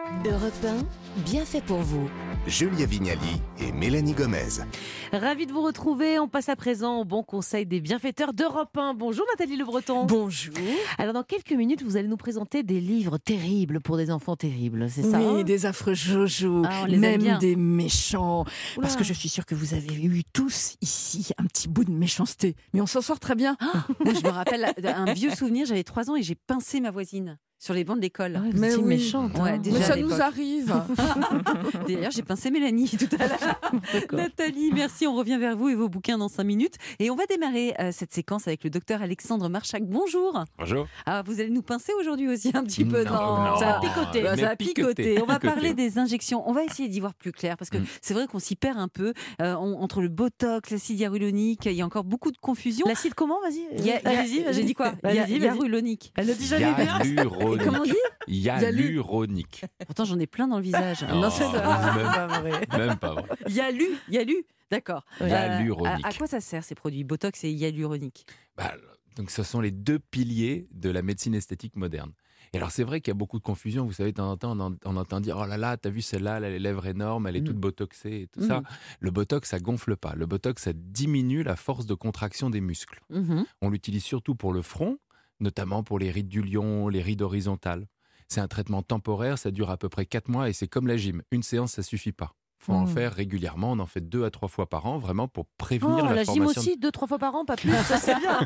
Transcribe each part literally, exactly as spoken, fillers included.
Europe un, bien fait pour vous. Julia Vignali et Mélanie Gomez. Ravi de vous retrouver. On passe à présent au bon conseil des bienfaiteurs d'Europe un. Bonjour Nathalie Le Breton. Bonjour. Alors dans quelques minutes, vous allez nous présenter des livres terribles pour des enfants terribles, c'est ça? Oui, des affreux Jojo, Ah, on les aime même bien. des méchants. Oula. Parce que je suis sûre que vous avez eu tous ici un petit bout de méchanceté. Mais on s'en sort très bien. Moi, je me rappelle un vieux souvenir, j'avais trois ans et j'ai pincé ma voisine sur les bancs de l'école. Ah ouais, vous Mais étiez oui. méchante. hein. Ouais, déjà Mais à ça nous l'époque. arrive. D'ailleurs, j'ai pincé Mélanie tout à l'heure. D'accord. Nathalie, merci. On revient vers vous et vos bouquins dans cinq minutes. Et on va démarrer euh, cette séquence avec le docteur Alexandre Marchak. Bonjour. Bonjour. Ah, vous allez nous pincer aujourd'hui aussi un petit peu, Non, non, non. Ça a picoté. Mais Ça a picoté. picoté, On va picoté. parler des injections. On va essayer d'y voir plus clair parce que Mm. c'est vrai qu'on s'y perd un peu euh, on- entre le botox, l'acide hyaluronique. Il y a encore beaucoup de confusion. L'acide comment? Vas-y. Il y a- il y a- Allez-y, vas-y. J'ai dit quoi Vas-y, vas-y. Hyaluronique. Elle ne dit jamais bien. Hyaluronique. Comment on dit Hyaluronique. Pourtant, j'en ai plein dans le visage. Oh, Non, c'est ça. même, Pas vrai. même pas vrai. Yalu, Yalu. D'accord. Ouais. Hyaluronique. à, à quoi ça sert ces produits Botox et hyaluronique? Bah, donc, ce sont les deux piliers de la médecine esthétique moderne. Et alors, c'est vrai qu'il y a beaucoup de confusion. Vous savez, de temps en temps, on, en- on entend dire « Oh là là, t'as vu celle-là, elle a les lèvres énormes, elle est Mm. toute botoxée et tout Mm. ça. » Le botox, ça gonfle pas. Le botox, ça diminue la force de contraction des muscles. Mhm. On l'utilise surtout pour le front, notamment pour les rides du lion, les rides horizontales. C'est un traitement temporaire, ça dure à peu près quatre mois et c'est comme la gym. Une séance, ça suffit pas. Il faut en Mmh. faire régulièrement. On en fait deux à trois fois par an, vraiment pour prévenir Oh, la, la gym formation. aussi, deux, trois fois par an, pas plus, ça c'est bien.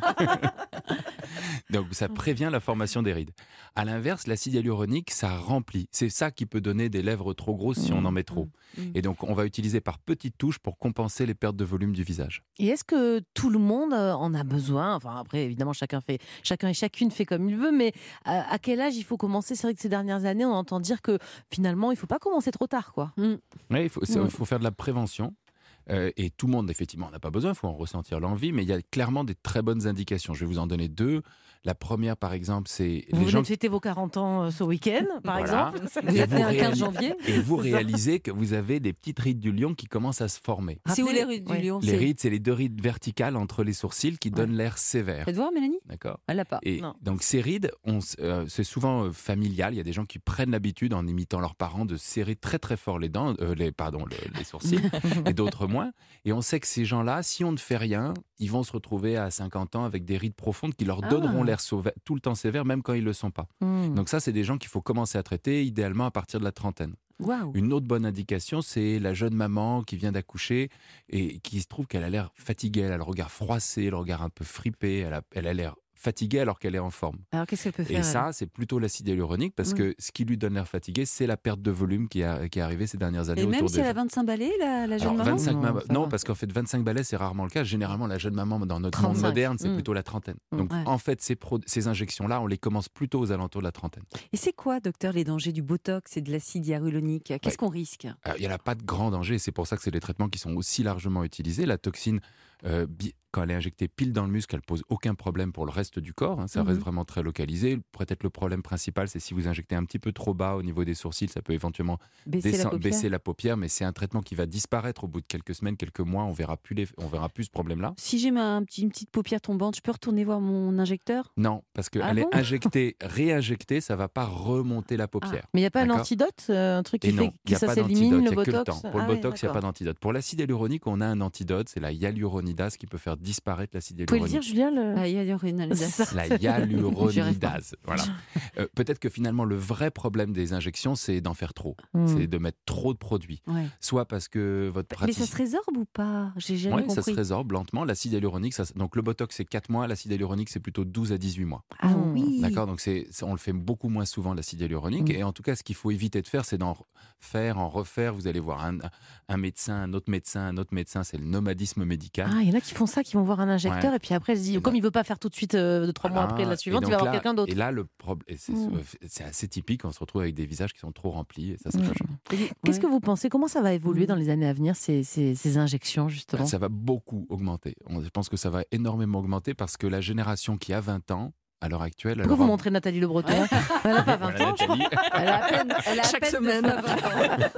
Donc ça prévient la formation des rides. À l'inverse, l'acide hyaluronique, ça remplit. C'est ça qui peut donner des lèvres trop grosses si on en met trop. Mmh. Et donc on va utiliser par petites touches pour compenser les pertes de volume du visage. Et est-ce que tout le monde euh, en a besoin? Enfin après, évidemment, chacun fait, chacun et chacune fait comme il veut, mais euh, à quel âge il faut commencer? C'est vrai que ces dernières années, on entend dire que finalement, il faut pas commencer trop tard, quoi. Mm. Ouais, il faut, c'est- Ouais. il faut faire de la prévention. Euh, et tout le monde, effectivement, n'a pas besoin, il faut en ressentir l'envie, mais il y a clairement des très bonnes indications. Je vais vous en donner deux. La première, par exemple, c'est Vous les venez gens de fêter vos quarante ans euh, ce week-end, par Voilà. exemple. Vous Et êtes vous né un quinze réalis- janvier. et vous réalisez que vous avez des petites rides du lion qui commencent à se former. C'est où Rappelez- les rides du ouais. lion? Les C'est- rides, c'est les deux rides verticales entre les sourcils qui donnent l'air sévère. Faites voir, Mélanie. D'accord. Elle l'a pas. Et Non. donc ces rides, on s- euh, c'est souvent euh, familial. Il y a des gens qui prennent l'habitude, en imitant leurs parents, de serrer très très fort les dents, euh, les pardon, le- les sourcils, et d'autres moins. Et on sait que ces gens-là, si on ne fait rien, ils vont se retrouver à cinquante ans avec des rides profondes qui leur Ah. donneront l'air sauva- tout le temps sévère, même quand ils le sont pas. Mmh. Donc ça, c'est des gens qu'il faut commencer à traiter, idéalement à partir de la trentaine. Waouh. Une autre bonne indication, c'est la jeune maman qui vient d'accoucher et qui se trouve qu'elle a l'air fatiguée, elle a le regard froissé, le regard un peu fripé, elle a, elle a l'air fatiguée alors qu'elle est en forme. Alors qu'est-ce qu'elle peut faire? Et elle ça, c'est plutôt l'acide hyaluronique parce Ouais. que ce qui lui donne l'air fatigué, c'est la perte de volume qui, a, qui est arrivée ces dernières années Et autour même des si elle a gens. vingt-cinq balais, la, la jeune Alors, maman? vingt-cinq Non, mam- ça non, va. parce qu'en fait, vingt-cinq balais, c'est rarement le cas. Généralement, la jeune maman, dans notre monde trente-cinq. moderne, c'est Mm. plutôt la trentaine. Mm. Donc, Ouais. en fait, ces, pro- ces injections-là, on les commence plutôt aux alentours de la trentaine. Et c'est quoi, docteur, les dangers du botox et de l'acide hyaluronique? Qu'est-ce Ouais. qu'on risque? Alors, il n'y en a pas de grand danger. C'est pour ça que c'est des traitements qui sont aussi largement utilisés. La toxine, euh, bi- quand elle est injectée pile dans le muscle, elle pose aucun problème pour le reste du corps. hein. Ça Mhm. reste vraiment très localisé. Peut-être le problème principal, c'est si vous injectez un petit peu trop bas au niveau des sourcils, ça peut éventuellement Baisser la descend- paupière? baisser la paupière. Mais c'est un traitement qui va disparaître au bout de quelques semaines, quelques mois. On verra plus, les- on verra plus ce problème-là. Si j'ai ma un petit, une petite paupière tombante, je peux retourner voir mon injecteur? Non, parce qu'elle Ah est bon injectée, réinjectée, ça va pas remonter la paupière. Mais il n'y a pas un D'accord. antidote, euh, un truc qui Et non, fait il n'y que a ça pas s'élimine, d'antidote, le il n'y a que le botox? temps. Pour Ah le ouais, botox, il n'y a pas d'accord. d'antidote. Pour l'acide hyaluronique, on a un antidote, c'est la hyaluronidase qui peut faire disparaître l'acide Vous pouvez le hyaluronique. dire, Julien le... Ah, hyaluronique. C'est ça. La hyaluronidase. Voilà. Euh, peut-être que finalement, le vrai problème des injections, c'est d'en faire trop. Hmm. C'est de mettre trop de produits. Ouais. Soit parce que votre Mais praticien... ça se résorbe ou pas? J'ai jamais Oui, compris. ça se résorbe lentement. L'acide hyaluronique, ça, donc le botox, c'est quatre mois. L'acide hyaluronique, c'est plutôt douze à dix-huit mois. Ah Hmm. oui. D'accord, donc c'est, c'est- on le fait beaucoup moins souvent, l'acide hyaluronique. Mm. Et en tout cas, ce qu'il faut éviter de faire, c'est d'en faire, en refaire. Vous allez voir un, un médecin, un autre médecin, un autre médecin. C'est le nomadisme médical. Ah, il y en a qui font ça, qui vont voir un injecteur Ouais. et puis après, elle se dit, Et comme là- il veut pas faire tout de suite, euh, deux, trois mois Voilà. après la Et suivante, il donc va voir là- quelqu'un d'autre. Et là, le problème, c'est, Mm. c'est assez typique. On se retrouve avec des visages qui sont trop remplis. Et ça, c'est Mm. pas joli. Qu'est-ce Ouais. que vous pensez? Comment ça va évoluer Mm. dans les années à venir, ces, ces, ces injections, justement? Ça va beaucoup augmenter. On- Je pense que ça va énormément augmenter parce que la génération qui a vingt ans, à l'heure actuelle, elle Pourquoi vous aura- montrez Nathalie Le Breton? Elle n'a pas vingt Voilà, ans, je crois. Nathalie. Elle a à peine, elle a à Chaque peine semaine. neuf ans.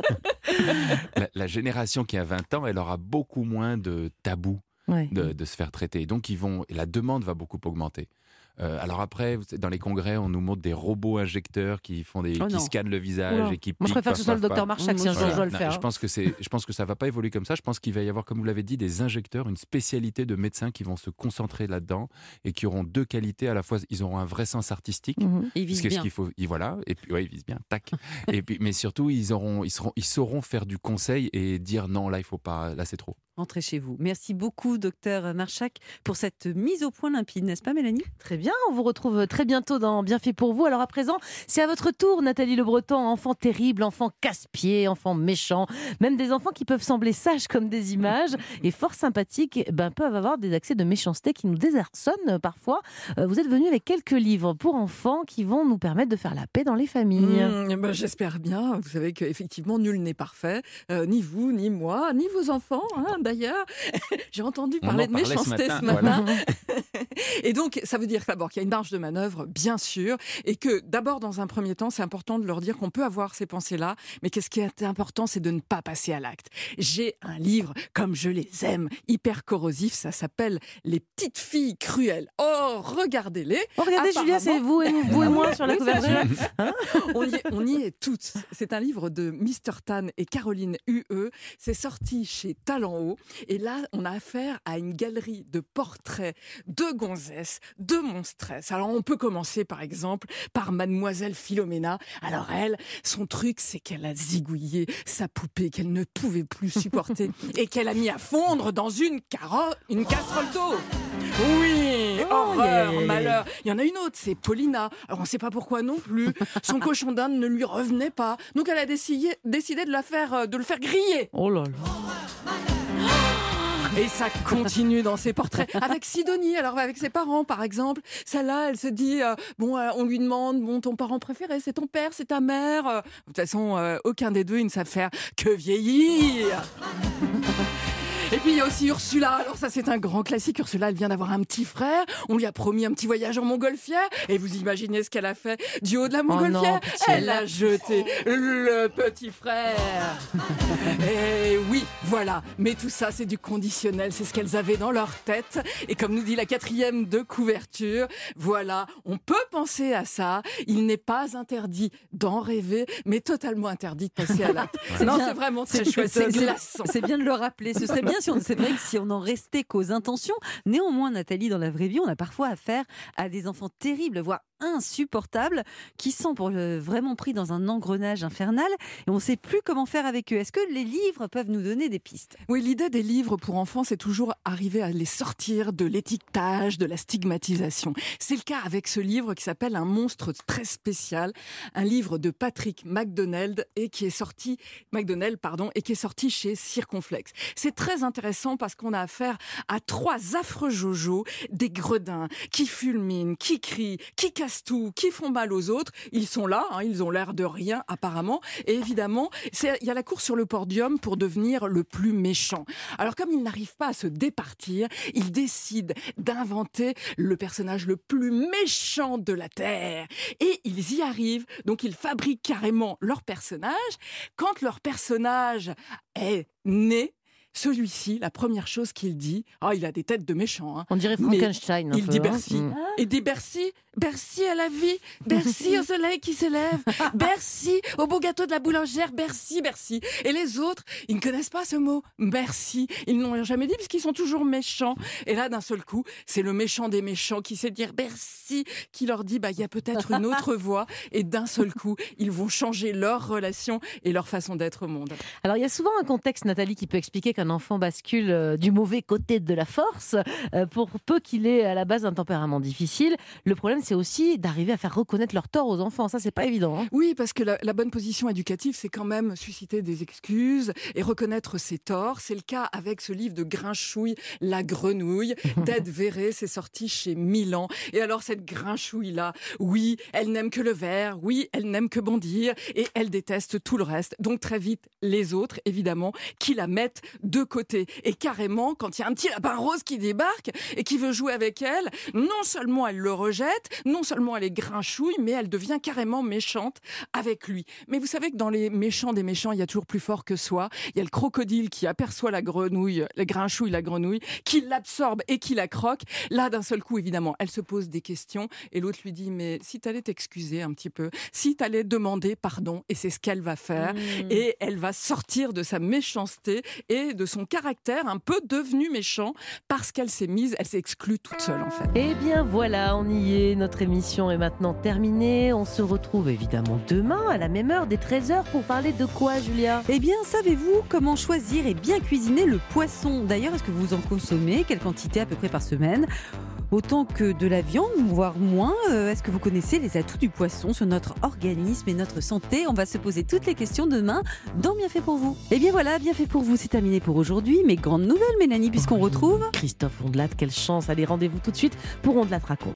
la, la génération qui a vingt ans, elle aura beaucoup moins de tabous Ouais. de, de se faire traiter. Donc, ils vont, la demande va beaucoup augmenter. Euh, alors après, dans les congrès, on nous montre des robots injecteurs qui font des, Oh qui non. scannent le visage Oula. et qui. Moi, je piquent, préfère que ce soit le paf, docteur paf, Marchak si un jour Voilà. je dois le Non, faire. je pense que c'est, je pense que ça va pas évoluer comme ça. Je pense qu'il va y avoir, comme vous l'avez dit, des injecteurs, une spécialité de médecins qui vont se concentrer là-dedans et qui auront deux qualités à la fois. Ils auront un vrai sens artistique. Mhm. Il Parce vise que ce bien. qu'il faut, ils- voilà, et puis ouais, ils visent bien, tac. Et puis, mais surtout, ils auront, ils seront, ils sauront faire du conseil et dire non, là, il faut pas, là, c'est trop. Rentrez chez vous. Merci beaucoup, docteur Marchak, pour cette mise au point limpide, n'est-ce pas, Mélanie? Très bien, on vous retrouve très bientôt dans Bien fait pour vous. Alors à présent, c'est à votre tour, Nathalie Le Breton, enfant terrible, enfant casse-pied, enfant méchant, même des enfants qui peuvent sembler sages comme des images et fort sympathiques, ben, peuvent avoir des accès de méchanceté qui nous désarçonnent euh, parfois. Euh, Vous êtes venu avec quelques livres pour enfants qui vont nous permettre de faire la paix dans les familles. Mmh, ben, j'espère bien. Vous savez qu'effectivement, nul n'est parfait. Euh, ni vous, ni moi, ni vos enfants, hein, d'ailleurs. J'ai entendu On parler en de parlait ce méchanceté matin, ce matin. Et donc, ça veut dire d'abord qu'il y a une marge de manœuvre, bien sûr, et que d'abord, dans un premier temps, c'est important de leur dire qu'on peut avoir ces pensées-là, mais que ce qui est important, c'est de ne pas passer à l'acte. J'ai un livre, comme je les aime, hyper corrosif, ça s'appelle « Les petites filles cruelles ». Oh, regardez-les. Oh, regardez, Julia, c'est vous et, vous et moi sur la Oui, c'est couverture. vrai. on, y est, on y est toutes. C'est un livre de mister Tan et Caroline U E. C'est sorti chez Talent Haut. Et là, on a affaire à une galerie de portraits de gonzesses, de monstresses. Alors, on peut commencer, par exemple, par Mademoiselle Philomena. Alors, elle, son truc, c'est qu'elle a zigouillé sa poupée qu'elle ne pouvait plus supporter et qu'elle a mis à fondre dans une, caro- une casserole d'eau. Oui, Oh, horreur, yeah, yeah, yeah. malheur. Il y en a une autre, c'est Paulina. Alors, on ne sait pas pourquoi non plus. Son cochon d'Inde ne lui revenait pas. Donc, elle a décidé, décidé de, la faire, euh, de le faire griller. Oh là là. Et ça continue dans ses portraits. Avec Sidonie, alors avec ses parents, par exemple. Celle-là, elle se dit, euh, bon, euh, on lui demande, bon, ton parent préféré, c'est ton père, c'est ta mère. Euh, De toute façon, euh, aucun des deux, ils ne savent faire que vieillir. Et puis il y a aussi Ursula. Alors ça c'est un grand classique. Ursula, elle vient d'avoir un petit frère. On lui a promis un petit voyage en montgolfière. Et vous imaginez ce qu'elle a fait du haut de la montgolfière? non, pitié. Elle a jeté le petit frère. Et oui, voilà. Mais tout ça c'est du conditionnel. C'est ce qu'elles avaient dans leur tête. Et comme nous dit la quatrième de couverture, voilà, on peut penser à ça. Il n'est pas interdit d'en rêver, mais totalement interdit de passer à l'acte. C'est Non, bien. c'est vraiment très C'est- chouette. c'est- C'est glaçant. C'est bien de le rappeler. Ce serait bien si on, c'est vrai que si on en restait qu'aux intentions. Néanmoins, Nathalie, dans la vraie vie, on a parfois affaire à des enfants terribles, voire insupportables, qui sont pour le, vraiment pris dans un engrenage infernal et on ne sait plus comment faire avec eux. Est-ce que les livres peuvent nous donner des pistes? Oui, l'idée des livres pour enfants, c'est toujours arriver à les sortir de l'étiquetage, de la stigmatisation. C'est le cas avec ce livre qui s'appelle Un monstre très spécial, un livre de Patrick MacDonald et qui est sorti, MacDonald, pardon, et qui est sorti chez Circonflexe. C'est très intéressant parce qu'on a affaire à trois affreux jojos, des gredins qui fulminent, qui crient, qui cassent tout, qui font mal aux autres. Ils sont là, hein, ils ont l'air de rien apparemment. Et évidemment, c'est- il y a la course sur le podium pour devenir le plus méchant. Alors comme ils n'arrivent pas à se départir, ils décident d'inventer le personnage le plus méchant de la Terre. Et ils y arrivent, donc ils fabriquent carrément leur personnage. Quand leur personnage est né, celui-ci, la première chose qu'il dit, ah, il a des têtes de méchant, hein. On dirait Mais Frankenstein. un il peu, dit hein. Bercy. Mm. Il dit Bercy, Bercy à la vie, Bercy au soleil qui s'élève, Bercy au beau gâteau de la boulangère, Bercy, Bercy. Et les autres, ils ne connaissent pas ce mot, Bercy. Ils n'ont jamais dit puisqu'ils sont toujours méchants. Et là, d'un seul coup, c'est le méchant des méchants qui sait dire Bercy, qui leur dit, bah, il y a peut-être une autre voie. Et d'un seul coup, ils vont changer leur relation et leur façon d'être au monde. Alors, il y a souvent un contexte, Nathalie, qui peut expliquer qu'un enfant bascule euh, du mauvais côté de la force, euh, pour peu qu'il ait à la base un tempérament difficile. Le problème, c'est aussi d'arriver à faire reconnaître leurs torts aux enfants. Ça, c'est pas évident. hein. Oui, parce que la, la bonne position éducative, c'est quand même susciter des excuses et reconnaître ses torts. C'est le cas avec ce livre de Grinchouille, La Grenouille, d'Ed Verret. C'est sorti chez Milan. Et alors, cette Grinchouille-là, oui, elle n'aime que le vert, oui, elle n'aime que bondir et elle déteste tout le reste. Donc, très vite, les autres, évidemment, qui la mettent deux côtés. Et carrément, quand il y a un petit lapin rose qui débarque et qui veut jouer avec elle, non seulement elle le rejette, non seulement elle est grinchouille, mais elle devient carrément méchante avec lui. Mais vous savez que dans les méchants des méchants, il y a toujours plus fort que soi. Il y a le crocodile qui aperçoit la grenouille, la grinchouille, la grenouille, qui l'absorbe et qui la croque. Là, d'un seul coup, évidemment, elle se pose des questions et l'autre lui dit, mais si t'allais t'excuser un petit peu, si t'allais demander pardon, et c'est ce qu'elle va faire, mmh. et elle va sortir de sa méchanceté et de son caractère un peu devenu méchant parce qu'elle s'est mise, elle s'est exclue toute seule en fait. Eh bien voilà, on y est, notre émission est maintenant terminée. On se retrouve évidemment demain à la même heure, dès treize heures, pour parler de quoi, Julia ? Eh bien, savez-vous comment choisir et bien cuisiner le poisson ? D'ailleurs, est-ce que vous en consommez ? Quelle quantité à peu près par semaine ? Autant que de la viande, voire moins. Euh, est-ce que vous connaissez les atouts du poisson sur notre organisme et notre santé ? On va se poser toutes les questions demain dans Bien fait pour vous. Eh bien voilà, Bien fait pour vous, c'est terminé pour aujourd'hui. Mais grande nouvelle, Mélanie, puisqu'on retrouve... Christophe Ondelat, quelle chance. Allez, rendez-vous tout de suite pour Ondelat raconte.